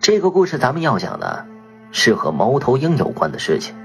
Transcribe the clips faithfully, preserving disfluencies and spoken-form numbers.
这个故事咱们要讲的是和猫头鹰有关的事情。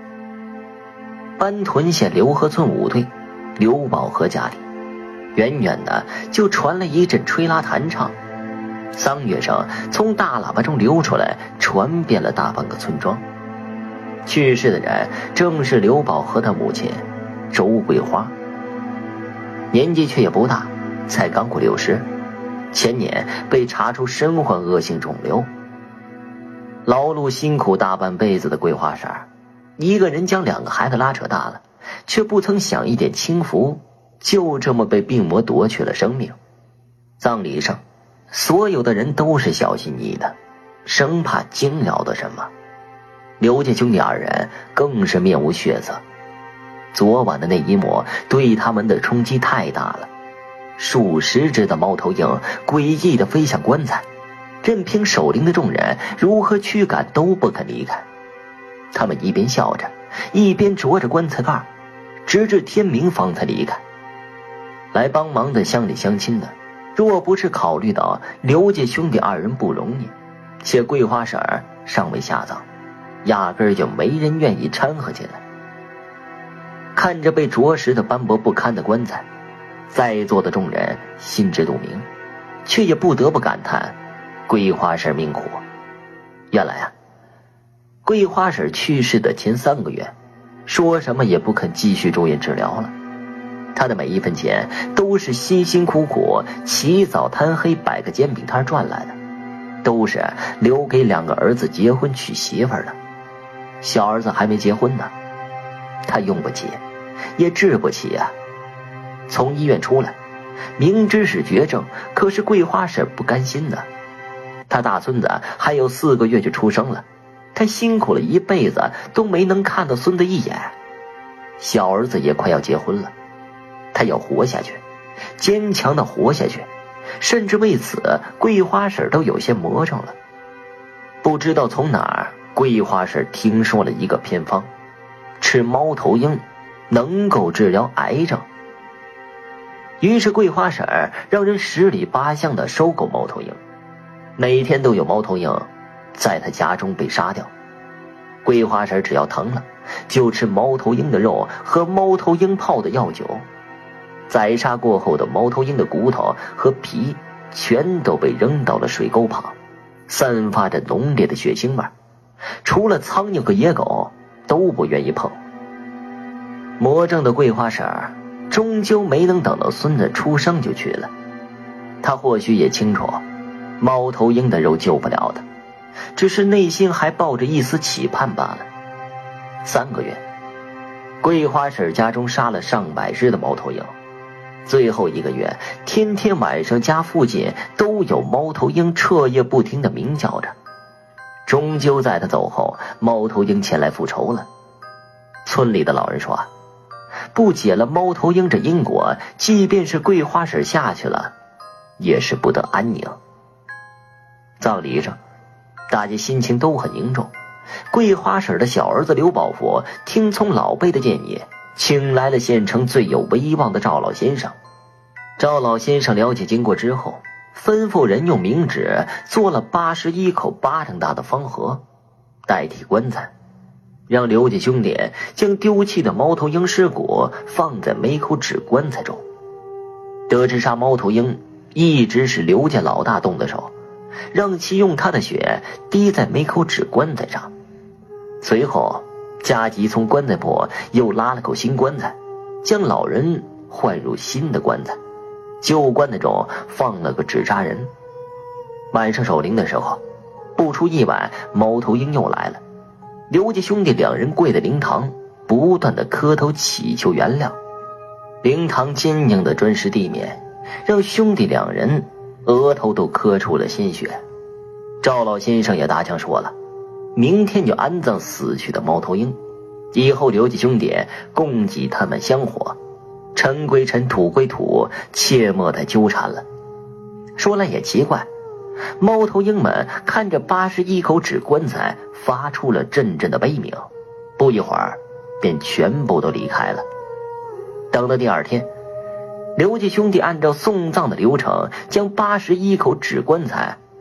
班屯县刘河村五队刘宝和家里，远远的就传来一阵吹拉弹唱，丧乐声从大喇叭中流出来，传遍了大半个村庄。去世的人正是刘宝和他母亲周桂花，年纪却也不大，才刚过六十，前年被查出身患恶性肿瘤。劳碌辛苦大半辈子的桂花婶儿，一个人将两个孩子拉扯大了，却不曾享一点清福，就这么被病魔夺去了生命。葬礼上，所有的人都是小心翼翼的，生怕惊扰到什么。刘家兄弟二人更是面无血色，昨晚的那一幕对他们的冲击太大了。数十只的猫头鹰诡异地飞向棺材，任凭守灵的众人如何驱赶都不肯离开。他们一边笑着，一边啄着棺材盖，直至天明方才离开。来帮忙的乡里乡亲的，若不是考虑到刘家兄弟二人不容易，且桂花婶儿尚未下葬，压根儿就没人愿意掺和进来。看着被啄食的斑驳不堪的棺材，在座的众人心知肚明，却也不得不感叹桂花婶命苦。原来啊，桂花婶去世的前三个月，说什么也不肯继续住院治疗了。她的每一分钱都是辛辛苦苦起早贪黑摆个煎饼摊赚来的，都是留给两个儿子结婚娶媳妇儿的。小儿子还没结婚呢，他用不起，也治不起啊。从医院出来，明知是绝症，可是桂花婶不甘心的。他大孙子还有四个月就出生了，他辛苦了一辈子都没能看到孙子一眼。小儿子也快要结婚了，他要活下去，坚强的活下去，甚至为此桂花婶都有些魔怔了。不知道从哪儿，桂花婶听说了一个偏方，吃猫头鹰能够治疗癌症。于是桂花婶让人十里八乡的收购猫头鹰，每天都有猫头鹰在他家中被杀掉。桂花婶只要疼了，就吃猫头鹰的肉和猫头鹰泡的药酒。宰杀过后的猫头鹰的骨头和皮全都被扔到了水沟旁，散发着浓烈的血腥味，除了苍蝇和野狗都不愿意碰。魔怔的桂花婶终究没能等到孙子出生就去了。他或许也清楚猫头鹰的肉救不了的，只是内心还抱着一丝期盼罢了。三个月，桂花婶家中杀了上百只的猫头鹰，最后一个月，天天晚上家附近都有猫头鹰彻夜不停地鸣叫着。终究在他走后，猫头鹰前来复仇了。村里的老人说，不解了猫头鹰这因果，即便是桂花婶下去了，也是不得安宁。葬礼上，大家心情都很凝重。桂花婶的小儿子刘宝福听从老辈的建议，请来了县城最有威望的赵老先生。赵老先生了解经过之后，吩咐人用冥纸做了八十一口巴掌大的方盒，代替棺材，让刘家兄弟将丢弃的猫头鹰尸骨放在mấy口纸棺材中。得知杀猫头鹰一直是刘家老大动的手，让其用他的血滴在mấy口纸棺材上。随后加急从棺材铺又拉了口新棺材，将老人换入新的棺材，旧棺材中放了个纸扎人。晚上守灵的时候，不出意外，猫头鹰又来了。刘家兄弟两人跪在灵堂，不断的磕头祈求原谅。灵堂坚硬的砖石地面让兄弟两人额头都磕出了鲜血。赵老先生也大腔说了，明天就安葬死去的猫头鹰，以后刘家兄弟供给他们香火，尘归尘，土归土，切莫再纠缠了。说来也奇怪，猫头鹰们看着八十一口纸棺材，发出了阵阵的悲鸣，不一会儿便全部都离开了。等到第二天，刘家兄弟按照送葬的流程，将八十一口纸棺材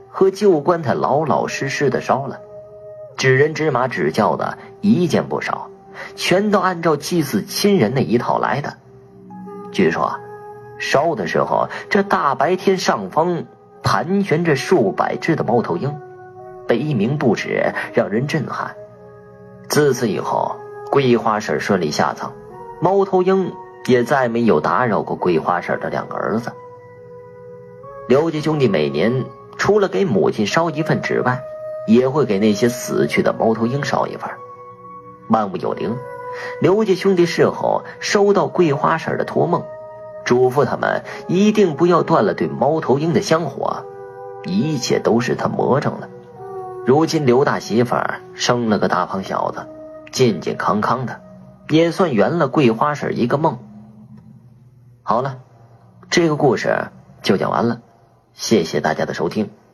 和旧棺材老老实实的烧了，指人指马指教的一件不少，全都按照祭祀亲人那一套来的。据说烧的时候，这大白天上方盘旋着数百只的猫头鹰，悲鸣不止，让人震撼。自此以后，桂花婶顺利下葬，猫头鹰也再没有打扰过桂花婶的两个儿子。刘家兄弟每年除了给母亲烧一份之外，也会给那些死去的猫头鹰烧一份。万物有灵，刘家兄弟事后收到桂花婶的托梦，嘱咐他们一定不要断了对猫头鹰的香火，一切都是他魔怔了。如今刘大媳妇儿生了个大胖小子，健健康康的，也算圆了桂花婶一个梦。好了，这个故事就讲完了，谢谢大家的收听。